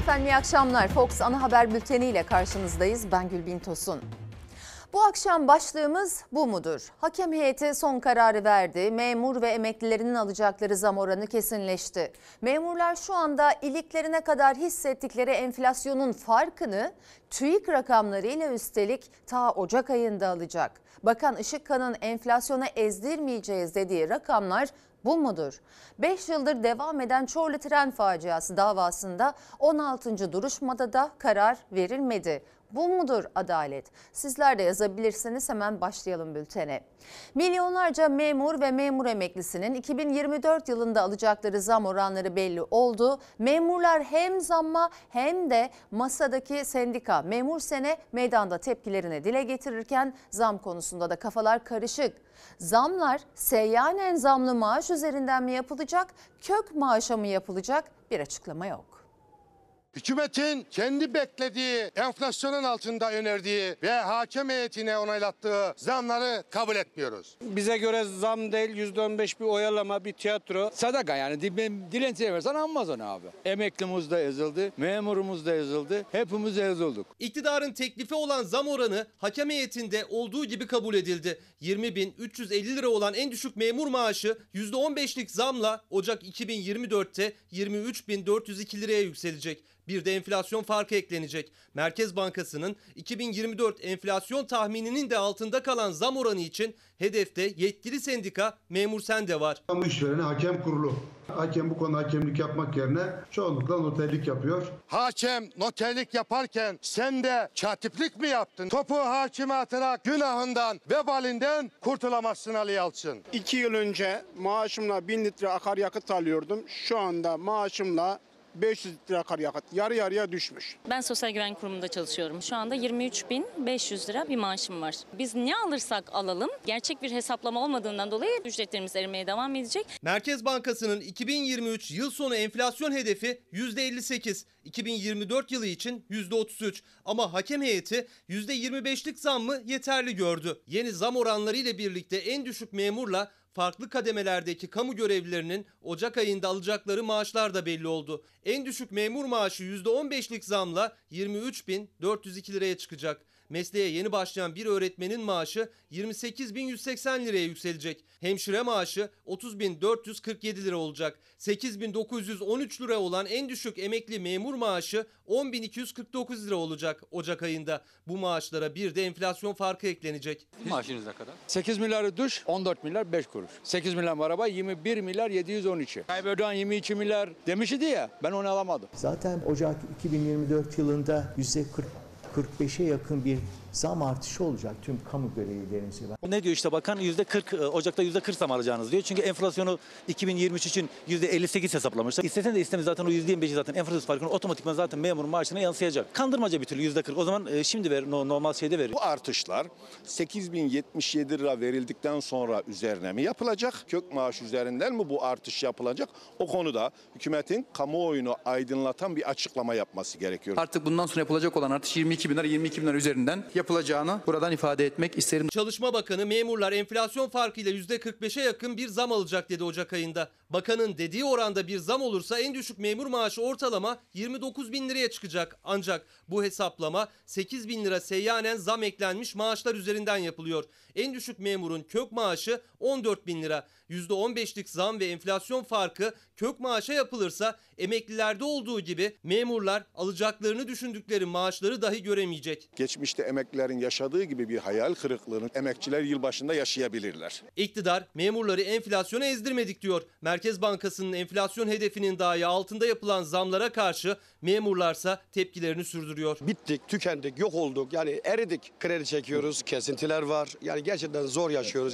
Efendim iyi akşamlar. Fox Ana Haber Bülteni ile karşınızdayız. Ben Gülbin Tosun. Bu akşam başlığımız bu mudur? Hakem heyeti son kararı verdi. Memur ve emeklilerinin alacakları zam oranı kesinleşti. Memurlar şu anda iliklerine kadar hissettikleri enflasyonun farkını TÜİK rakamlarıyla üstelik ta Ocak ayında alacak. Bakan Işıkkan'ın enflasyona ezdirmeyeceğiz dediği rakamlar bu mudur? 5 yıldır devam eden Çorlu tren faciası davasında 16. duruşmada da karar verilmedi. Bu mudur adalet? Sizler de yazabilirsiniz. Hemen başlayalım bültene. Milyonlarca memur ve memur emeklisinin 2024 yılında alacakları zam oranları belli oldu. Memurlar hem zamma hem de masadaki sendika Memur Sen'e meydanda tepkilerini dile getirirken zam konusunda da kafalar karışık. Zamlar seyyanen zamlı maaş üzerinden mi yapılacak, kök maaşa mı yapılacak? Bir açıklama yok. Hükümetin kendi beklediği, enflasyonun altında önerdiği ve hakem heyetine onaylattığı zamları kabul etmiyoruz. Bize göre zam değil, %15 bir oyalama, bir tiyatro. Sadaka yani dilenciye versen almaz onu abi. Emeklimiz de ezildi, memurumuz da ezildi, hepimiz ezildik. İktidarın teklifi olan zam oranı hakem heyetinde olduğu gibi kabul edildi. 20.350 lira olan en düşük memur maaşı %15'lik zamla Ocak 2024'te 23.402 liraya yükselecek. Bir de enflasyon farkı eklenecek. Merkez Bankası'nın 2024 enflasyon tahmininin de altında kalan zam oranı için hedefte yetkili sendika Memur Sen de var. Kamu işvereni hakem kurulu. Hakem bu konuda hakemlik yapmak yerine çoğunlukla noterlik yapıyor. Hakem noterlik yaparken sen de katiplik mi yaptın? Topu hakime atarak günahından, vebalinden kurtulamazsın Ali Yalçın. 2 yıl önce maaşımla 1000 litre akaryakıt alıyordum. Şu anda maaşımla 500 litre akaryakıt yarı yarıya düşmüş. Ben Sosyal Güvenlik Kurumu'nda çalışıyorum. Şu anda 23.500 lira bir maaşım var. Biz ne alırsak alalım gerçek bir hesaplama olmadığından dolayı ücretlerimiz erimeye devam edecek. Merkez Bankası'nın 2023 yıl sonu enflasyon hedefi %58, 2024 yılı için %33 ama hakem heyeti %25'lik zammı yeterli gördü. Yeni zam oranları ile birlikte en düşük memurla farklı kademelerdeki kamu görevlilerinin Ocak ayında alacakları maaşlar da belli oldu. En düşük memur maaşı %15'lik zamla 23.402 liraya çıkacak. Mesleğe yeni başlayan bir öğretmenin maaşı 28.180 liraya yükselecek. Hemşire maaşı 30.447 lira olacak. 8.913 lira olan en düşük emekli memur maaşı 10.249 lira olacak Ocak ayında. Bu maaşlara bir de enflasyon farkı eklenecek. Maaşınız ne kadar? 8 milyarı düş, 14 milyar 5 kuruş. 8 milyar araba 21 milyar 712. Tayyip Erdoğan 22 milyar demişti ya, ben onu alamadım. Zaten Ocak 2024 yılında %45'e yakın bir zam artışı olacak tüm kamu görevlilerimize. Ne diyor işte bakan Ocak'ta %40 zam alacağınız diyor. Çünkü enflasyonu 2023 için %58 hesaplamışlar. İstesen de istemez zaten o %25'i zaten enflasyon farkını otomatikman zaten memur maaşına yansıyacak. Kandırmaca bir türlü %40. O zaman şimdi ver normal şeyde verir. Bu artışlar 8.077 lira verildikten sonra üzerine mi yapılacak? Kök maaş üzerinden mi bu artış yapılacak? O konuda hükümetin kamuoyunu aydınlatan bir açıklama yapması gerekiyor. Artık bundan sonra yapılacak olan artış 22 bin lira üzerinden yapılacağını buradan ifade etmek isterim. Çalışma Bakanı memurlar enflasyon farkıyla %45'e yakın bir zam alacak dedi Ocak ayında. Bakanın dediği oranda bir zam olursa en düşük memur maaşı ortalama 29 bin liraya çıkacak. Ancak bu hesaplama 8 bin lira seyyanen zam eklenmiş maaşlar üzerinden yapılıyor. En düşük memurun kök maaşı 14 bin lira. %15'lik zam ve enflasyon farkı kök maaşa yapılırsa emeklilerde olduğu gibi memurlar alacaklarını düşündükleri maaşları dahi göremeyecek. Geçmişte emeklilerin yaşadığı gibi bir hayal kırıklığını emekçiler yılbaşında yaşayabilirler. İktidar memurları enflasyona ezdirmedik diyor. Merkez Bankası'nın enflasyon hedefinin dahi altında yapılan zamlara karşı memurlarsa tepkilerini sürdürüyor. Bittik, tükendik, yok olduk. Yani eridik. Kredi çekiyoruz, kesintiler var. Yani gerçekten zor yaşıyoruz.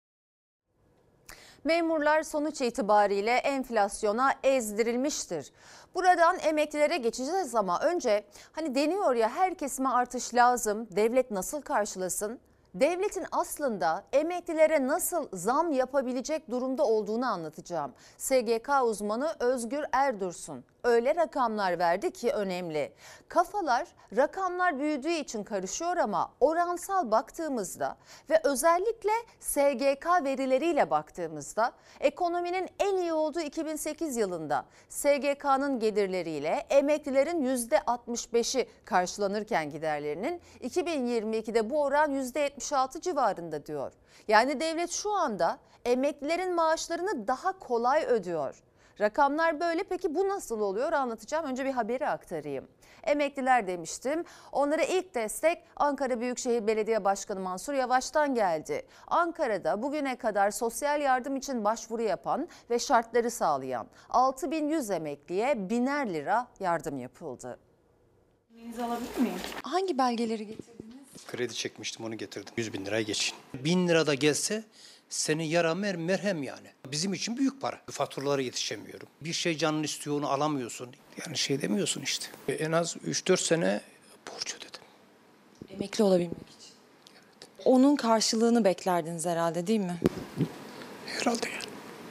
Memurlar sonuç itibariyle enflasyona ezdirilmiştir. Buradan emeklilere geçeceğiz ama önce hani deniyor ya her kesime artış lazım, devlet nasıl karşılasın? Devletin aslında emeklilere nasıl zam yapabilecek durumda olduğunu anlatacağım. SGK uzmanı Özgür Erdursun öyle rakamlar verdi ki önemli. Kafalar rakamlar büyüdüğü için karışıyor ama oransal baktığımızda ve özellikle SGK verileriyle baktığımızda ekonominin en iyi olduğu 2008 yılında SGK'nın gelirleriyle emeklilerin %65'i karşılanırken giderlerinin 2022'de bu oran %76 civarında diyor. Yani devlet şu anda emeklilerin maaşlarını daha kolay ödüyor. Rakamlar böyle. Peki bu nasıl oluyor anlatacağım. Önce bir haberi aktarayım. Emekliler demiştim. Onlara ilk destek Ankara Büyükşehir Belediye Başkanı Mansur Yavaş'tan geldi. Ankara'da bugüne kadar sosyal yardım için başvuru yapan ve şartları sağlayan 6100 emekliye 1000'er lira yardım yapıldı. Alabilir miyim? Hangi belgeleri getirdiniz? Kredi çekmiştim, onu getirdim. 100.000 liraya geçin. 1000 lira da gelse seni yara merhem yani. Bizim için büyük para. Faturalara yetişemiyorum. Bir şey canın istiyor, onu alamıyorsun. Yani şey demiyorsun işte. En az 3-4 sene borç ödedim. Emekli olabilmek için. Evet. Onun karşılığını beklerdiniz herhalde, değil mi? Herhalde yani.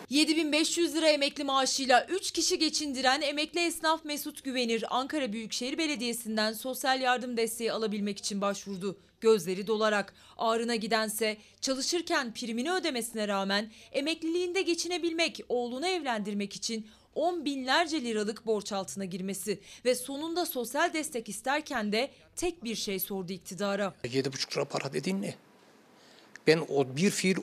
7.500 lira emekli maaşıyla 3 kişi geçindiren emekli esnaf Mesut Güvenir, Ankara Büyükşehir Belediyesi'nden sosyal yardım desteği alabilmek için başvurdu. Gözleri dolarak, ağrına gidense çalışırken primini ödemesine rağmen emekliliğinde geçinebilmek, oğlunu evlendirmek için 10 binlerce liralık borç altına girmesi ve sonunda sosyal destek isterken de tek bir şey sordu iktidara. 7,5 lira para dediğin ne? Ben o bir fiil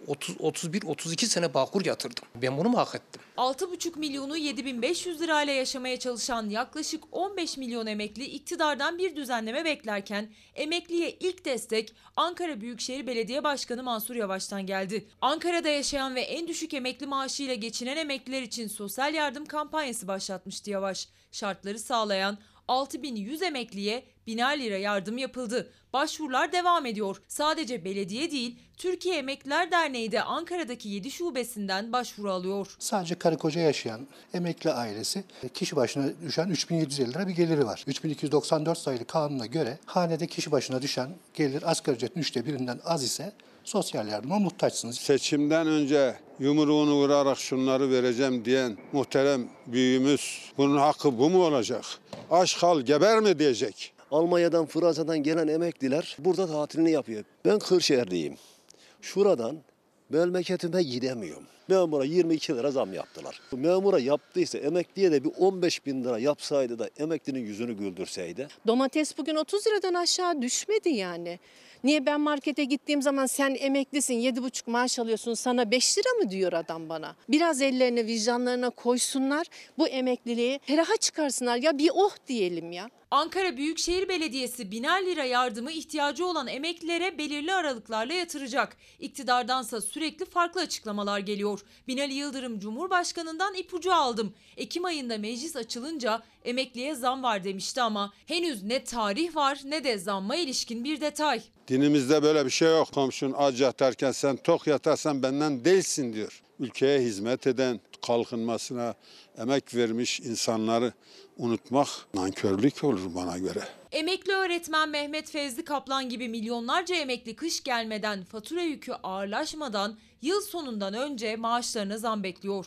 31-32 sene Bağkur yatırdım. Ben bunu mu hak ettim? 6,5 milyonu 7.500 lirayla yaşamaya çalışan yaklaşık 15 milyon emekli iktidardan bir düzenleme beklerken emekliye ilk destek Ankara Büyükşehir Belediye Başkanı Mansur Yavaş'tan geldi. Ankara'da yaşayan ve en düşük emekli maaşıyla geçinen emekliler için sosyal yardım kampanyası başlatmıştı Yavaş. Şartları sağlayan 6100 emekliye 1000'er lira yardım yapıldı. Başvurular devam ediyor. Sadece belediye değil, Türkiye Emekliler Derneği de Ankara'daki 7 şubesinden başvuru alıyor. Sadece karı koca yaşayan emekli ailesi kişi başına düşen 3750 lira bir geliri var. 3294 sayılı kanuna göre hanede kişi başına düşen gelir asgari ücretin 1/3'ünden az ise sosyal yardıma muhtaçsınız. Seçimden önce yumruğunu vurarak şunları vereceğim diyen muhterem büyüğümüz, bunun hakkı bu mu olacak? Aç kal geber mi diyecek? Almanya'dan, Fransa'dan gelen emekliler burada tatilini yapıyor. Ben Kırşehirliyim. Şuradan memleketime gidemiyorum. Memura 22 lira zam yaptılar. Memura yaptıysa emekliye de bir 15.000 lira yapsaydı da emeklinin yüzünü güldürseydi. Domates bugün 30 liradan aşağı düşmedi yani. Niye ben markete gittiğim zaman sen emeklisin 7,5 maaş alıyorsun sana 5 lira mı diyor adam bana. Biraz ellerine vicdanlarına koysunlar bu emekliliği feraha çıkarsınlar ya bir oh diyelim ya. Ankara Büyükşehir Belediyesi 1000'er lira yardımı ihtiyacı olan emeklilere belirli aralıklarla yatıracak. İktidardansa sürekli farklı açıklamalar geliyor. Binali Yıldırım Cumhurbaşkanı'ndan ipucu aldım. Ekim ayında meclis açılınca emekliye zam var demişti ama henüz ne tarih var ne de zamma ilişkin bir detay. Dinimizde böyle bir şey yok. Komşun aç yatarken sen tok yatarsan benden değilsin diyor. Ülkeye hizmet eden, kalkınmasına emek vermiş insanları unutmak nankörlük olur bana göre. Emekli öğretmen Mehmet Fevzi Kaplan gibi milyonlarca emekli kış gelmeden, fatura yükü ağırlaşmadan yıl sonundan önce maaşlarına zam bekliyor.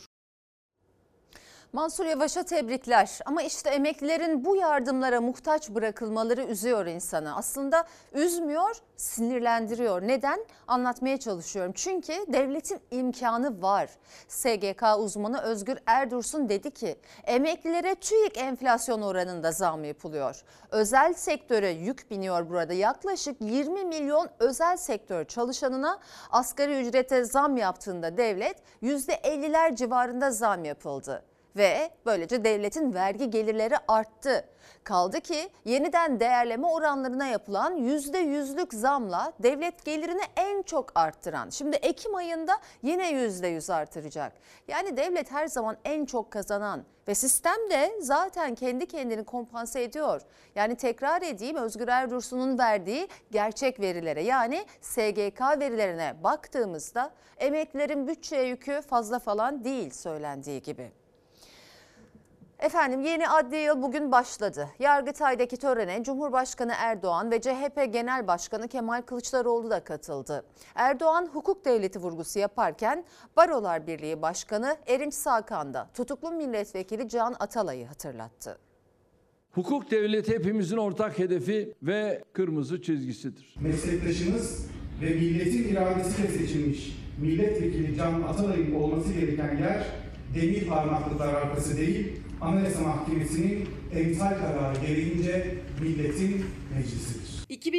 Mansur Yavaş'a tebrikler ama işte emeklilerin bu yardımlara muhtaç bırakılmaları üzüyor insanı. Aslında üzmüyor, sinirlendiriyor. Neden? Anlatmaya çalışıyorum. Çünkü devletin imkanı var. SGK uzmanı Özgür Erdursun dedi ki emeklilere TÜİK enflasyon oranında zam yapılıyor. Özel sektöre yük biniyor burada. Yaklaşık 20 milyon özel sektör çalışanına asgari ücrete zam yaptığında devlet %50'ler civarında zam yapıldı. Ve böylece devletin vergi gelirleri arttı. Kaldı ki yeniden değerleme oranlarına yapılan %100'lük zamla devlet gelirini en çok arttıran. Şimdi Ekim ayında yine %100 artıracak. Yani devlet her zaman en çok kazanan ve sistem de zaten kendi kendini kompanse ediyor. Yani tekrar edeyim Özgür Erdursun'un verdiği gerçek verilere yani SGK verilerine baktığımızda emeklilerin bütçeye yükü fazla falan değil söylendiği gibi. Efendim yeni adli yıl bugün başladı. Yargıtay'daki törene Cumhurbaşkanı Erdoğan ve CHP Genel Başkanı Kemal Kılıçdaroğlu da katıldı. Erdoğan hukuk devleti vurgusu yaparken Barolar Birliği Başkanı Erinç Sağkan da tutuklu milletvekili Can Atalay'ı hatırlattı. Hukuk devleti hepimizin ortak hedefi ve kırmızı çizgisidir. Meslektaşımız ve milletin iradesiyle seçilmiş milletvekili Can Atalay'ın olması gereken yer demir parmaklıklar arkası değil, Anayasa Mahkemesi'nin emsal kararı gereğince milletin meclisidir.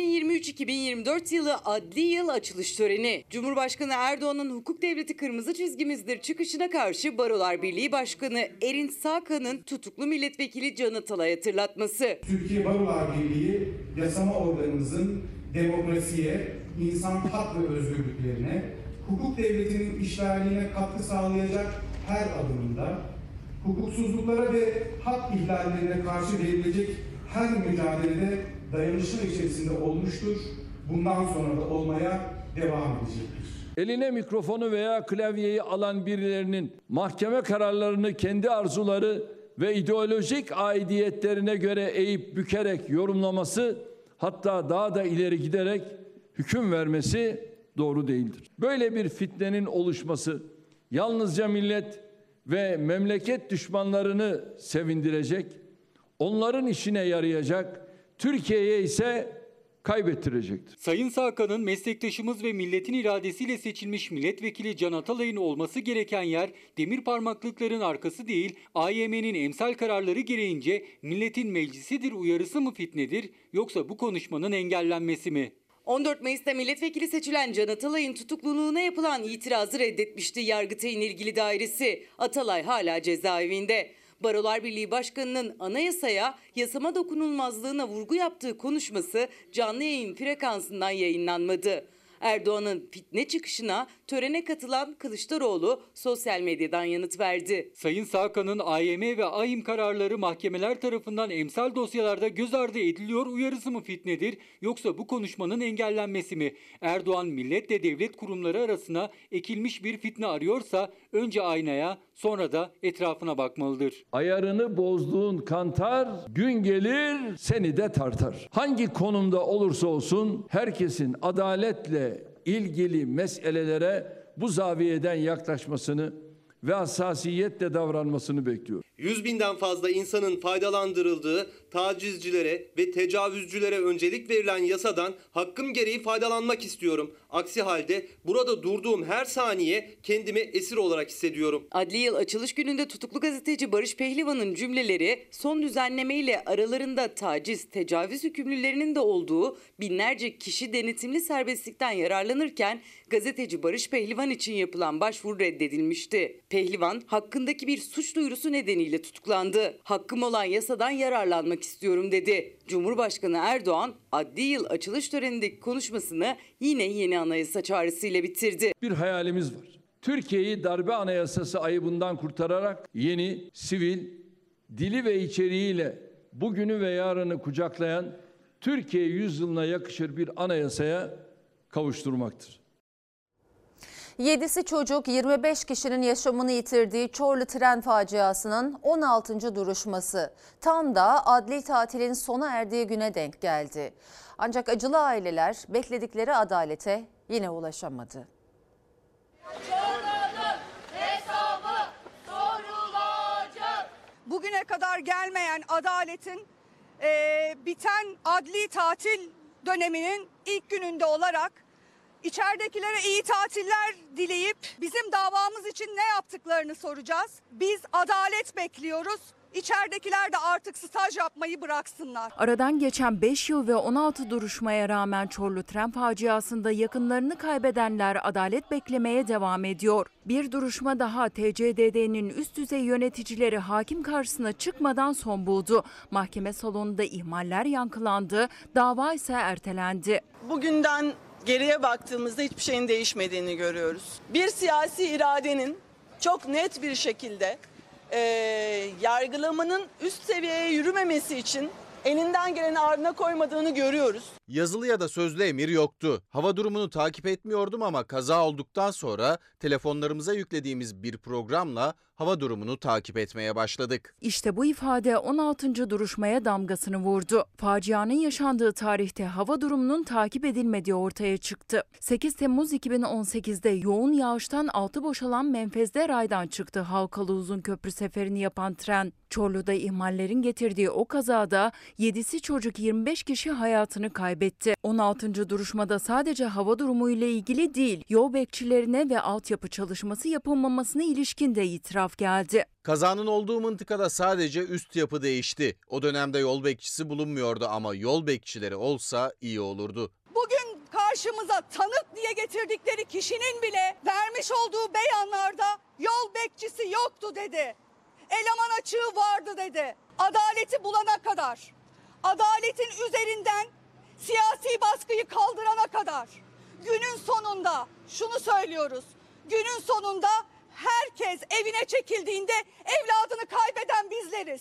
2023-2024 yılı adli yıl açılış töreni. Cumhurbaşkanı Erdoğan'ın hukuk devleti kırmızı çizgimizdir çıkışına karşı Barolar Birliği Başkanı Erinç Sağkan'ın tutuklu milletvekili Can Atalay'a hatırlatması. Türkiye Barolar Birliği yasama organımızın demokrasiye, insan hak ve özgürlüklerine, hukuk devletinin işlerliğine katkı sağlayacak her adımında, hukuksuzluklara ve hak ihlallerine karşı verilecek her mücadelede dayanışma içerisinde olmuştur. Bundan sonra da olmaya devam edecektir. Eline mikrofonu veya klavyeyi alan birilerinin mahkeme kararlarını kendi arzuları ve ideolojik aidiyetlerine göre eğip bükerek yorumlaması, hatta daha da ileri giderek hüküm vermesi doğru değildir. Böyle bir fitnenin oluşması yalnızca millet ve memleket düşmanlarını sevindirecek, onların işine yarayacak, Türkiye'ye ise kaybettirecektir. Sayın Sağkan'ın meslektaşımız ve milletin iradesiyle seçilmiş milletvekili Can Atalay'ın olması gereken yer demir parmaklıkların arkası değil, AYM'nin emsal kararları gereğince milletin meclisidir uyarısı mı fitnedir, yoksa bu konuşmanın engellenmesi mi? 14 Mayıs'ta milletvekili seçilen Can Atalay'ın tutukluluğuna yapılan itirazı reddetmişti Yargıtay'ın ilgili dairesi. Atalay hala cezaevinde. Barolar Birliği Başkanı'nın anayasaya, yasama dokunulmazlığına vurgu yaptığı konuşması canlı yayın frekansından yayınlanmadı. Erdoğan'ın fitne çıkışına törene katılan Kılıçdaroğlu sosyal medyadan yanıt verdi. Sayın Sağkan'ın AYM ve AİM kararları mahkemeler tarafından emsal dosyalarda göz ardı ediliyor uyarısı mı fitnedir, yoksa bu konuşmanın engellenmesi mi? Erdoğan milletle devlet kurumları arasına ekilmiş bir fitne arıyorsa önce aynaya, sonra da etrafına bakmalıdır. Ayarını bozduğun kantar, gün gelir seni de tartar. Hangi konumda olursa olsun herkesin adaletle ilgili meselelere bu zaviyeden yaklaşmasını ve hassasiyetle davranmasını bekliyor. 100.000'den fazla insanın faydalandırıldığı tacizcilere ve tecavüzcülere öncelik verilen yasadan hakkım gereği faydalanmak istiyorum. Aksi halde burada durduğum her saniye kendimi esir olarak hissediyorum. Adli yıl açılış gününde tutuklu gazeteci Barış Pehlivan'ın cümleleri son düzenlemeyle aralarında taciz, tecavüz hükümlülerinin de olduğu binlerce kişi denetimli serbestlikten yararlanırken gazeteci Barış Pehlivan için yapılan başvuru reddedilmişti. Pehlivan hakkındaki bir suç duyurusu nedeniyle tutuklandı. Hakkım olan yasadan yararlanmak istiyorum dedi. Cumhurbaşkanı Erdoğan adli yıl açılış törenindeki konuşmasını yine yeni anayasa çağrısıyla bitirdi. Bir hayalimiz var. Türkiye'yi darbe anayasası ayıbından kurtararak yeni, sivil, dili ve içeriğiyle bugünü ve yarını kucaklayan Türkiye yüzyılına yakışır bir anayasaya kavuşturmaktır. 7'si çocuk 25 kişinin yaşamını yitirdiği Çorlu tren faciasının 16. duruşması tam da adli tatilin sona erdiği güne denk geldi. Ancak acılı aileler bekledikleri adalete yine ulaşamadı. Bugüne kadar gelmeyen adaletin biten adli tatil döneminin ilk gününde olarak İçeridekilere iyi tatiller dileyip bizim davamız için ne yaptıklarını soracağız. Biz adalet bekliyoruz. İçeridekiler de artık staj yapmayı bıraksınlar. Aradan geçen 5 yıl ve 16 duruşmaya rağmen Çorlu tren faciasında yakınlarını kaybedenler adalet beklemeye devam ediyor. Bir duruşma daha TCDD'nin üst düzey yöneticileri hakim karşısına çıkmadan son buldu. Mahkeme salonunda ihmaller yankılandı, dava ise ertelendi. Bugünden geriye baktığımızda hiçbir şeyin değişmediğini görüyoruz. Bir siyasi iradenin çok net bir şekilde yargılamanın üst seviyeye yürümemesi için elinden geleni ardına koymadığını görüyoruz. Yazılı ya da sözlü emir yoktu. Hava durumunu takip etmiyordum ama kaza olduktan sonra telefonlarımıza yüklediğimiz bir programla hava durumunu takip etmeye başladık. İşte bu ifade 16. duruşmaya damgasını vurdu. Facianın yaşandığı tarihte hava durumunun takip edilmediği ortaya çıktı. 8 Temmuz 2018'de yoğun yağıştan altı boşalan menfezde raydan çıktı Halkalı Uzunköprü seferini yapan tren. Çorlu'da ihmallerin getirdiği o kazada 7'si çocuk 25 kişi hayatını kaybetti. 16. duruşmada sadece hava durumu ile ilgili değil, yol bekçilerine ve altyapı çalışması yapılmamasına ilişkin de itiraf geldi. Kazanın olduğu mıntıkada sadece üst yapı değişti. O dönemde yol bekçisi bulunmuyordu ama yol bekçileri olsa iyi olurdu. Bugün karşımıza tanık diye getirdikleri kişinin bile vermiş olduğu beyanlarda yol bekçisi yoktu dedi. Eleman açığı vardı dedi. Adaleti bulana kadar, adaletin üzerinden siyasi baskıyı kaldırana kadar günün sonunda şunu söylüyoruz. Günün sonunda herkes evine çekildiğinde evladını kaybeden bizleriz.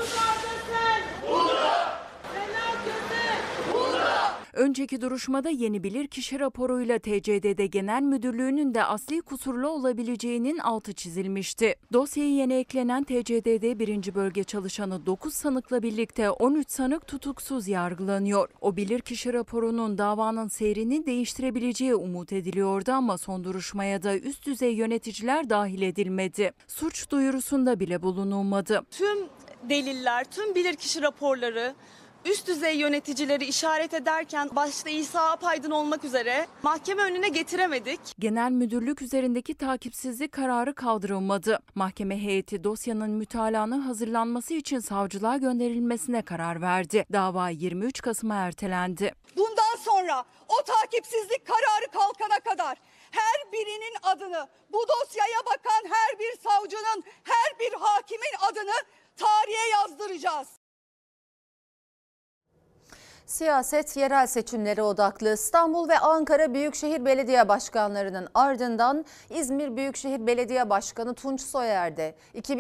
Önceki duruşmada yeni bilirkişi raporuyla TCDD Genel Müdürlüğü'nün de asli kusurlu olabileceğinin altı çizilmişti. Dosyaya yeni eklenen TCDD 1. Bölge çalışanı 9 sanıkla birlikte 13 sanık tutuksuz yargılanıyor. O bilirkişi raporunun davanın seyrini değiştirebileceği umut ediliyordu ama son duruşmaya da üst düzey yöneticiler dahil edilmedi. Suç duyurusunda bile bulunulmadı. Tüm deliller, tüm bilirkişi raporları üst düzey yöneticileri işaret ederken başta İsa Apaydın olmak üzere mahkeme önüne getiremedik. Genel müdürlük üzerindeki takipsizlik kararı kaldırılmadı. Mahkeme heyeti dosyanın mütalaanın hazırlanması için savcılığa gönderilmesine karar verdi. Dava 23 Kasım'a ertelendi. Bundan sonra o takipsizlik kararı kalkana kadar her birinin adını, bu dosyaya bakan her bir savcının, her bir hakimin adını tarihe yazdıracağız. Siyaset yerel seçimlere odaklı. İstanbul ve Ankara Büyükşehir Belediye Başkanlarının ardından İzmir Büyükşehir Belediye Başkanı Tunç Soyer de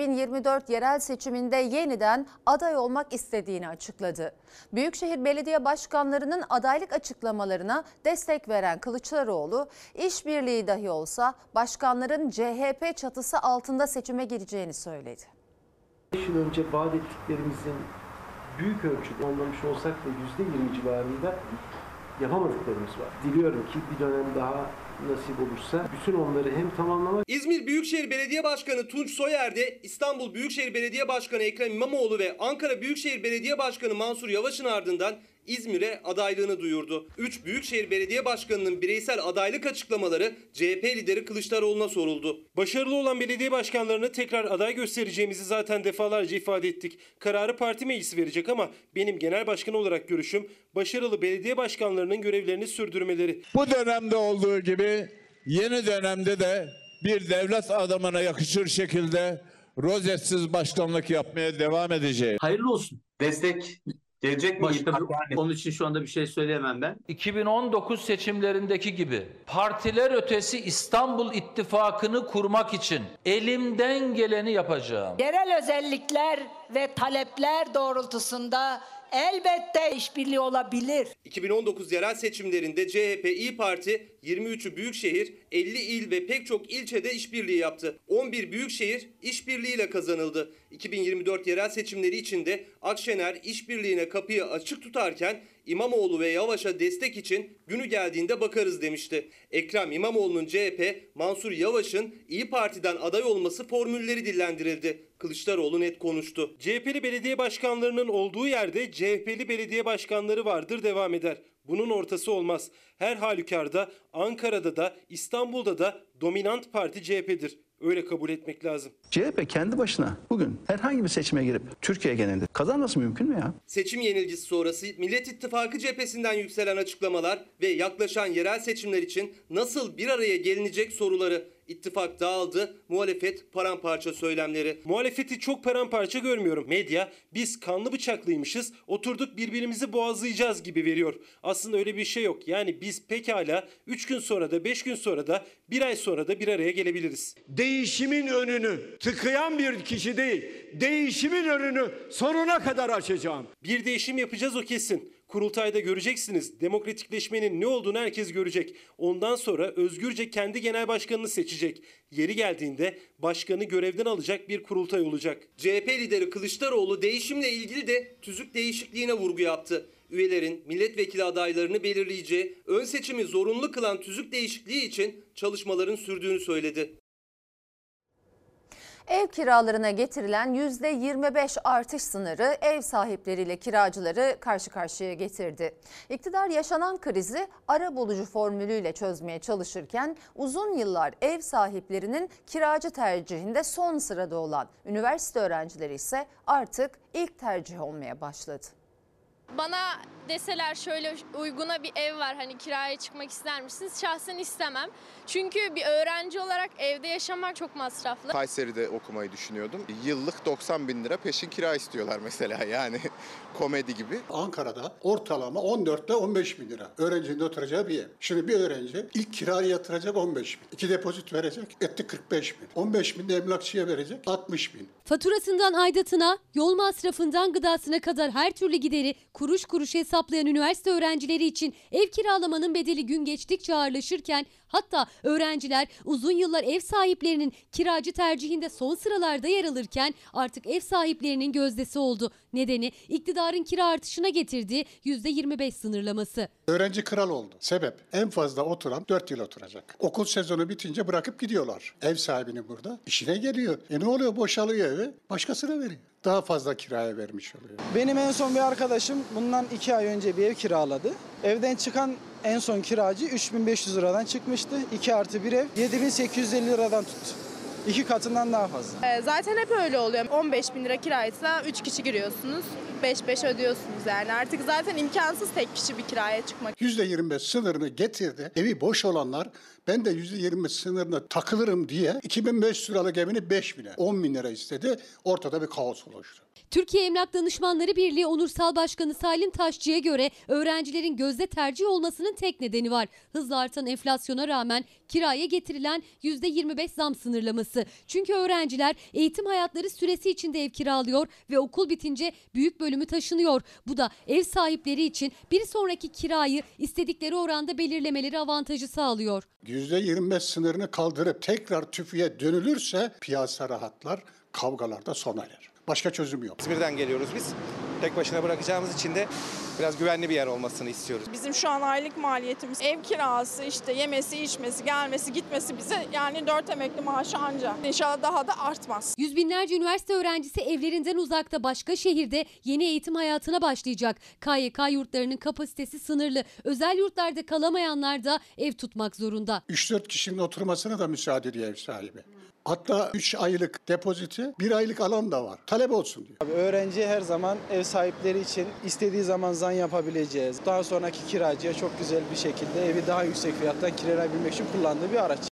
2024 yerel seçiminde yeniden aday olmak istediğini açıkladı. Büyükşehir Belediye Başkanlarının adaylık açıklamalarına destek veren Kılıçdaroğlu, işbirliği dahi olsa başkanların CHP çatısı altında seçime gireceğini söyledi. 5 yıl önce vaat ettiklerimizin büyük ölçüde anlamış olsak da %20 civarında yapamadıklarımız var. Diliyorum ki bir dönem daha nasip olursa bütün onları hem tamamlamak... İzmir Büyükşehir Belediye Başkanı Tunç Soyer de İstanbul Büyükşehir Belediye Başkanı Ekrem İmamoğlu ve Ankara Büyükşehir Belediye Başkanı Mansur Yavaş'ın ardından İzmir'e adaylığını duyurdu. 3 Büyükşehir Belediye Başkanı'nın bireysel adaylık açıklamaları CHP lideri Kılıçdaroğlu'na soruldu. Başarılı olan belediye başkanlarını tekrar aday göstereceğimizi zaten defalarca ifade ettik. Kararı parti meclisi verecek ama benim genel başkan olarak görüşüm başarılı belediye başkanlarının görevlerini sürdürmeleri. Bu dönemde olduğu gibi yeni dönemde de bir devlet adamına yakışır şekilde rozetsiz başkanlık yapmaya devam edeceğim. Hayırlı olsun. Destek gelecek mi? Onun için şu anda bir şey söyleyemem ben. 2019 seçimlerindeki gibi partiler ötesi İstanbul İttifakı'nı kurmak için elimden geleni yapacağım. Yerel özellikler ve talepler doğrultusunda elbette işbirliği olabilir. 2019 yerel seçimlerinde CHP, İYİ Parti 23'ü büyükşehir, 50 il ve pek çok ilçede işbirliği yaptı. 11 büyükşehir işbirliğiyle kazanıldı. 2024 yerel seçimleri içinde Akşener işbirliğine kapıyı açık tutarken İmamoğlu ve Yavaş'a destek için günü geldiğinde bakarız demişti. Ekrem İmamoğlu'nun CHP, Mansur Yavaş'ın İYİ Parti'den aday olması formülleri dillendirildi. Kılıçdaroğlu net konuştu. CHP'li belediye başkanlarının olduğu yerde CHP'li belediye başkanları vardır, devam eder. Bunun ortası olmaz. Her halükarda Ankara'da da İstanbul'da da dominant parti CHP'dir. Öyle kabul etmek lazım. CHP kendi başına bugün herhangi bir seçime girip Türkiye genelinde kazanması mümkün mü ya? Seçim yenilgisi sonrası Millet İttifakı cephesinden yükselen açıklamalar ve yaklaşan yerel seçimler için nasıl bir araya gelinecek soruları. İttifak dağıldı, muhalefet paramparça söylemleri. Muhalefeti çok paramparça görmüyorum. Medya biz kanlı bıçaklıymışız, oturduk birbirimizi boğazlayacağız gibi veriyor. Aslında öyle bir şey yok. Yani biz pekala 3 gün sonra da 5 gün sonra da 1 ay sonra da bir araya gelebiliriz. Değişimin önünü tıkayan bir kişi değil, değişimin önünü sonuna kadar açacağım. Bir değişim yapacağız, o kesin. Kurultayda göreceksiniz. Demokratikleşmenin ne olduğunu herkes görecek. Ondan sonra özgürce kendi genel başkanını seçecek. Yeri geldiğinde başkanı görevden alacak bir kurultay olacak. CHP lideri Kılıçdaroğlu değişimle ilgili de tüzük değişikliğine vurgu yaptı. Üyelerin milletvekili adaylarını belirleyeceği, ön seçimi zorunlu kılan tüzük değişikliği için çalışmaların sürdüğünü söyledi. Ev kiralarına getirilen %25 artış sınırı ev sahipleriyle kiracıları karşı karşıya getirdi. İktidar yaşanan krizi arabulucu formülüyle çözmeye çalışırken uzun yıllar ev sahiplerinin kiracı tercihinde son sırada olan üniversite öğrencileri ise artık ilk tercih olmaya başladı. Bana deseler şöyle uyguna bir ev var, hani kiraya çıkmak ister misiniz? Şahsen istemem. Çünkü bir öğrenci olarak evde yaşamak çok masraflı. Kayseri'de okumayı düşünüyordum. Yıllık 90.000 lira peşin kira istiyorlar mesela, yani komedi gibi. Ankara'da ortalama 14 ile 15 bin lira öğrencinin oturacağı bir ev. Şimdi bir öğrenci ilk kirayı yatıracak 15 bin. 2 depozit verecek, etti 45 bin. 15 bin de emlakçıya verecek, 60 bin. Faturasından aidatına, yol masrafından gıdasına kadar her türlü gideri kuruş kuruş hesaplayan üniversite öğrencileri için ev kiralamanın bedeli gün geçtikçe ağırlaşırken, hatta öğrenciler uzun yıllar ev sahiplerinin kiracı tercihinde son sıralarda yer alırken artık ev sahiplerinin gözdesi oldu. Nedeni iktidarın kira artışına getirdiği %25 sınırlaması. Öğrenci kral oldu. Sebep, en fazla oturan 4 yıl oturacak. Okul sezonu bitince bırakıp gidiyorlar. Ev sahibinin burada işine geliyor. Ne oluyor? Boşalıyor evi, başkasına veriyor. Daha fazla kiraya vermiş oluyor. Benim en son bir arkadaşım bundan 2 ay önce bir ev kiraladı. Evden çıkan en son kiracı 3.500 liradan çıkmıştı. 2+1 ev 7.850 liradan tuttu. 2 katından daha fazla. Zaten hep öyle oluyor. 15 bin lira kiraysa 3 kişi giriyorsunuz. 5-5 ödüyorsunuz yani. Artık zaten imkansız tek kişi bir kiraya çıkmak. %25 sınırını getirdi. Evi boş olanlar, ben de %25 sınırına takılırım diye 2500 liralık evini 5 bine, 10 bin lira istedi. Ortada bir kaos oluştu. Türkiye Emlak Danışmanları Birliği Onursal Başkanı Salim Taşçı'ya göre öğrencilerin gözde tercih olmasının tek nedeni var. Hızla artan enflasyona rağmen kiraya getirilen %25 zam sınırlaması. Çünkü öğrenciler eğitim hayatları süresi içinde ev kiralıyor ve okul bitince büyük bölümü taşınıyor. Bu da ev sahipleri için bir sonraki kirayı istedikleri oranda belirlemeleri avantajı sağlıyor. %25 sınırını kaldırıp tekrar tüfeğe dönülürse piyasa rahatlar, kavgalarda sona erer. Başka çözüm yok. İzmir'den geliyoruz biz. Tek başına bırakacağımız için de biraz güvenli bir yer olmasını istiyoruz. Bizim şu an aylık maliyetimiz ev kirası, işte yemesi, içmesi, gelmesi, gitmesi bize yani 4 emekli maaşı anca. İnşallah daha da artmaz. Yüz binlerce üniversite öğrencisi evlerinden uzakta başka şehirde yeni eğitim hayatına başlayacak. KYK yurtlarının kapasitesi sınırlı. Özel yurtlarda kalamayanlar da ev tutmak zorunda. 3-4 kişinin oturmasına da müsaade ediyor ev sahibi. Hatta 3 aylık depoziti 1 aylık alan da var. Talep olsun diyor. Öğrenci her zaman ev sahipleri için istediği zaman zam yapabileceğiz. Daha sonraki kiracıya çok güzel bir şekilde evi daha yüksek fiyattan kiralayabilmek için kullandığı bir araç.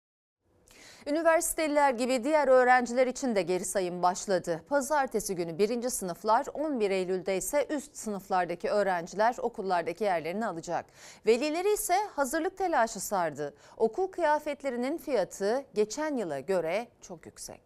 Üniversiteliler gibi diğer öğrenciler için de geri sayım başladı. Pazartesi günü 1. sınıflar, 11 Eylül'de ise üst sınıflardaki öğrenciler okullardaki yerlerini alacak. Velileri ise hazırlık telaşı sardı. Okul kıyafetlerinin fiyatı geçen yıla göre çok yüksek.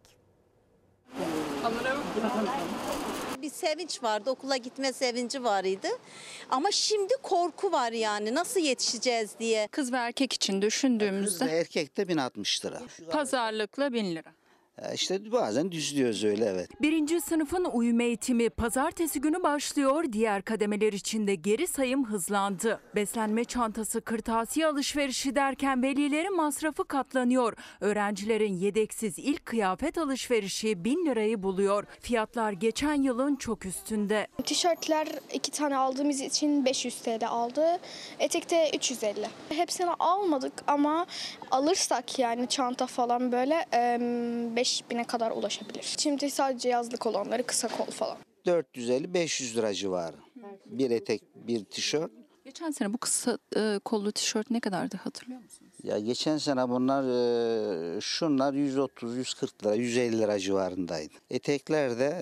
Bir sevinç vardı, okula gitme sevinci vardı. Ama şimdi korku var yani nasıl yetişeceğiz diye. Kız ve erkek için düşündüğümüzde. Kız ve erkekte 1060 lira. Pazarlıkla 1000 lira. İşte bazen düzlüyoruz öyle, evet. 1. sınıfın uyum eğitimi pazartesi günü başlıyor. Diğer kademeler için de geri sayım hızlandı. Beslenme çantası, kırtasiye alışverişi derken velilerin masrafı katlanıyor. Öğrencilerin yedeksiz ilk kıyafet alışverişi 1000 lirayı buluyor. Fiyatlar geçen yılın çok üstünde. Tişörtler 2 tane aldığımız için 500 TL aldı. Etekte 350. Hepsini almadık ama alırsak yani çanta falan böyle 5.000'e kadar ulaşabilir. Şimdi sadece yazlık olanları kısa kol falan. 450-500 lira civarı. Bir etek, bir tişört. Geçen sene bu kısa kollu tişört ne kadardı hatırlıyor musunuz? Ya geçen sene bunlar şunlar 130-140 lira, 150 lira civarındaydı. Etekler de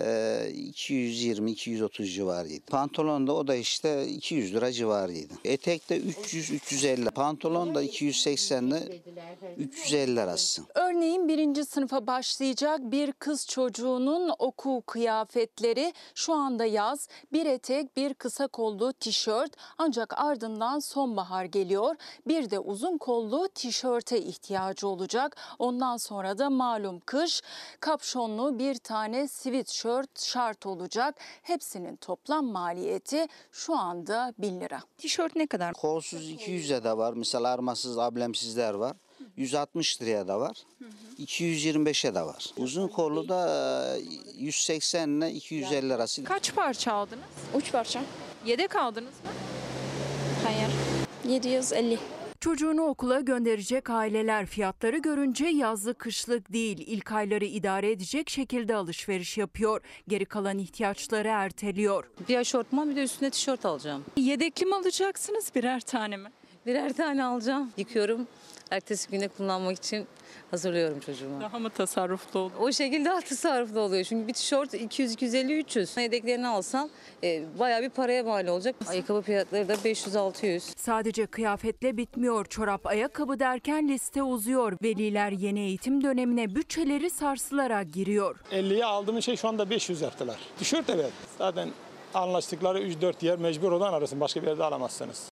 220-230 civarıydı. Pantolon da o da işte 200 lira civarıydı. Etek de 300-350. Pantolon da 280 ile 350 arası. Örneğin 1. sınıfa başlayacak bir kız çocuğunun okul kıyafetleri şu anda yaz. Bir etek, bir kısa kollu tişört, ancak ardından sonbahar geliyor. Bir de uzun kollu tişörte ihtiyacı olacak. Ondan sonra da malum kış, kapşonlu bir tane sweatshirt şart olacak. Hepsinin toplam maliyeti şu anda 1000 lira. Tişört ne kadar? Kolsuz 200'e de var. Mesela armasız, amblemsizler var. 160 liraya da var. 225'e de var. Uzun kollu da 180 ile 250 arası. Kaç parça aldınız? 3 parça. Yedek aldınız mı? Hayır. 750. Çocuğunu okula gönderecek aileler fiyatları görünce yazlık kışlık değil, ilk ayları idare edecek şekilde alışveriş yapıyor. Geri kalan ihtiyaçları erteliyor. Bir eşortman, bir de üstüne tişört alacağım. Yedekli mi alacaksınız, birer tane mi? Birer tane alacağım. Yıkıyorum. Ertesi güne kullanmak için hazırlıyorum çocuğuma. Daha mı tasarruflu olur? O şekilde daha tasarruflu oluyor. Çünkü bir tişört 200, 250, 300. Yedeklerini alsam bayağı bir paraya mal olacak. Ayakkabı fiyatları da 500, 600. Sadece kıyafetle bitmiyor. Çorap, ayakkabı derken liste uzuyor. Veliler yeni eğitim dönemine bütçeleri sarsılarak giriyor. 50'ye aldığımız şey şu anda 500 yaptılar. Tişört evet. Zaten anlaştıkları 3-4 yer mecbur olan arasın. Başka bir yerde alamazsınız.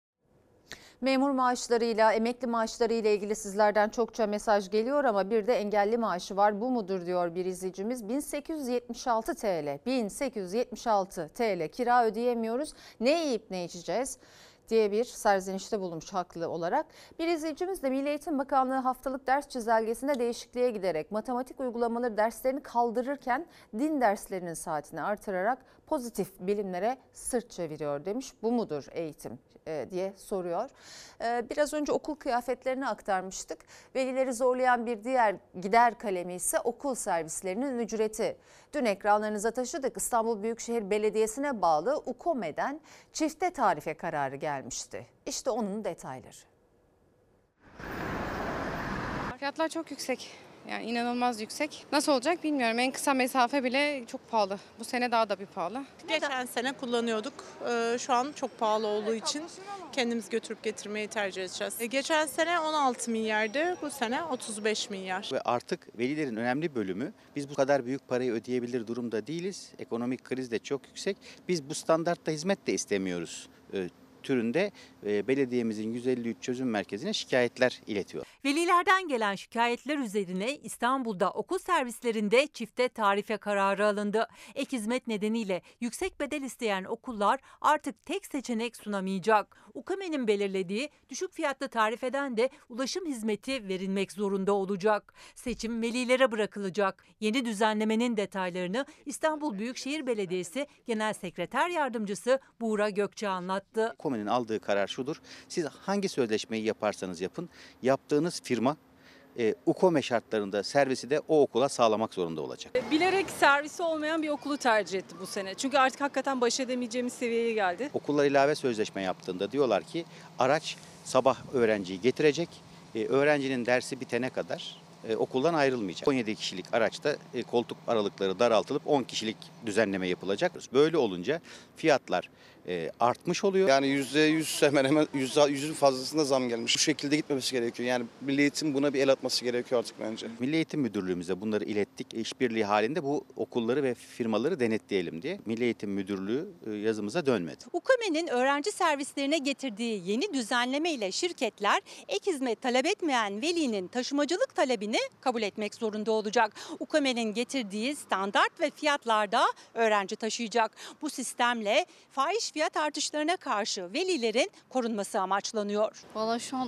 Memur maaşlarıyla, emekli maaşlarıyla ilgili sizlerden çokça mesaj geliyor ama bir de engelli maaşı var. Bu mudur diyor bir izleyicimiz. 1876 TL, 1876 TL kira ödeyemiyoruz. Ne yiyip ne içeceğiz diye bir serzenişte bulunmuş haklı olarak. Bir izleyicimiz de Milli Eğitim Bakanlığı haftalık ders çizelgesinde değişikliğe giderek matematik uygulamaları derslerini kaldırırken din derslerinin saatini artırarak pozitif bilimlere sırt çeviriyor demiş. Bu mudur eğitim diye soruyor. Biraz önce okul kıyafetlerini aktarmıştık. Velileri zorlayan bir diğer gider kalemi ise okul servislerinin ücreti. Dün ekranlarınıza taşıdık. İstanbul Büyükşehir Belediyesi'ne bağlı UKOME'den çifte tarife kararı gelmişti. İşte onun detayları. Fiyatlar çok yüksek. Yani inanılmaz yüksek. Nasıl olacak bilmiyorum. En kısa mesafe bile çok pahalı. Bu sene daha da bir pahalı. Geçen sene kullanıyorduk. Şu an çok pahalı olduğu için kendimiz götürüp getirmeyi tercih edeceğiz. Geçen sene 16 milyardı. Bu sene 35 milyar. Ve artık velilerin önemli bölümü biz bu kadar büyük parayı ödeyebilir durumda değiliz. Ekonomik kriz de çok yüksek. Biz bu standartta hizmet de istemiyoruz türünde belediyemizin 153 çözüm merkezine şikayetler iletiyor. Velilerden gelen şikayetler üzerine İstanbul'da okul servislerinde çifte tarife kararı alındı. Ek hizmet nedeniyle yüksek bedel isteyen okullar artık tek seçenek sunamayacak. UKOME'nin belirlediği düşük fiyatlı tarifeden de ulaşım hizmeti verilmek zorunda olacak. Seçim velilere bırakılacak. Yeni düzenlemenin detaylarını İstanbul Büyükşehir Belediyesi Genel Sekreter Yardımcısı Buğra Gökçe anlattı. UKOME'nin aldığı karar şudur: siz hangi sözleşmeyi yaparsanız yapın, yaptığınız firma UKOME şartlarında servisi de o okula sağlamak zorunda olacak. Bilerek servisi olmayan bir okulu tercih etti bu sene. Çünkü artık hakikaten baş edemeyeceğimiz seviyeye geldi. Okullar ilave sözleşme yaptığında diyorlar ki araç sabah öğrenciyi getirecek, öğrencinin dersi bitene kadar okuldan ayrılmayacak. 17 kişilik araçta koltuk aralıkları daraltılıp 10 kişilik düzenleme yapılacak. Böyle olunca fiyatlar artmış oluyor. Yani %100 hemen hemen %100'ün fazlasında zam gelmiş. Bu şekilde gitmemesi gerekiyor. Yani Milli Eğitim buna bir el atması gerekiyor artık bence. Milli Eğitim Müdürlüğümüze bunları ilettik. İşbirliği halinde bu okulları ve firmaları denetleyelim diye. Milli Eğitim Müdürlüğü yazımıza dönmedi. UKOME'nin öğrenci servislerine getirdiği yeni düzenleme ile şirketler ek hizmet talep etmeyen velinin taşımacılık talebini kabul etmek zorunda olacak. UKOME'nin getirdiği standart ve fiyatlarda öğrenci taşıyacak. Bu sistemle fahiş fiyat artışlarına karşı velilerin korunması amaçlanıyor. Valla şu an